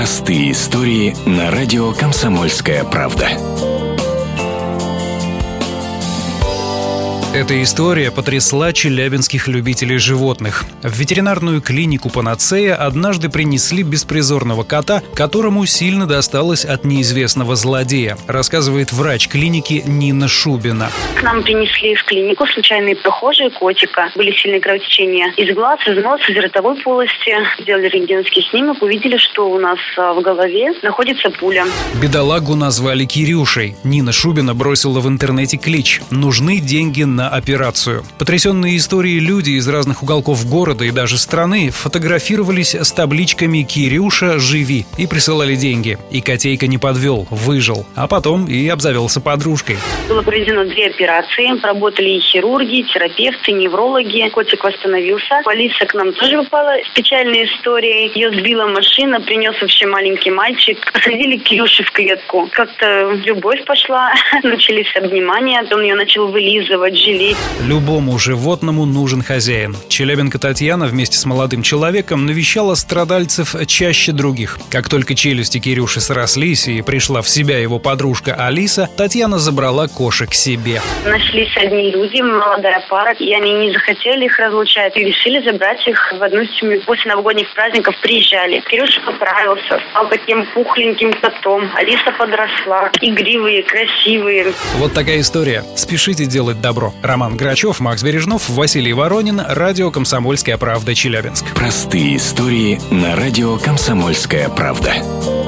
Простые истории на радио «Комсомольская правда». Эта история потрясла челябинских любителей животных. В ветеринарную клинику «Панацея» однажды принесли беспризорного кота, которому сильно досталось от неизвестного злодея, рассказывает врач клиники Нина Шубина. К нам принесли в клинику случайные прохожие котика. Были сильные кровотечения из глаз, из носа, из ротовой полости. Сделали рентгеновский снимок, увидели, что у нас в голове находится пуля. Бедолагу назвали Кирюшей. Нина Шубина бросила в интернете клич: «Нужны деньги на операцию». Потрясенные историей люди из разных уголков города и даже страны фотографировались с табличками «Кирюша, живи» и присылали деньги. И котейка не подвел, выжил. А потом и обзавелся подружкой. Было проведено 2 операции. Работали и хирурги, и терапевты, и неврологи. Котик восстановился. Полиция к нам тоже попала с печальной историей. Ее сбила машина, принес вообще маленький мальчик. Посадили Кирюшу в клетку. Как-то любовь пошла. Начались обнимания. Он ее начал вылизывать, жалеть. Любому животному нужен хозяин. Челябинка Татьяна вместе с молодым человеком навещала страдальцев чаще других. Как только челюсти Кирюши срослись и пришла в себя его подружка Алиса, Татьяна забрала кошек себе. Нашлись одни люди, молодая пара, и они не захотели их разлучать. И решили забрать их в одну семью. После новогодних праздников приезжали. Кирюша поправился, стал таким пухленьким котом. Алиса подросла. Игривые, красивые. Вот такая история. Спешите делать добро. Роман Грачев, Макс Бережнов, Василий Воронин, радио «Комсомольская правда», Челябинск. Простые истории на радио «Комсомольская правда».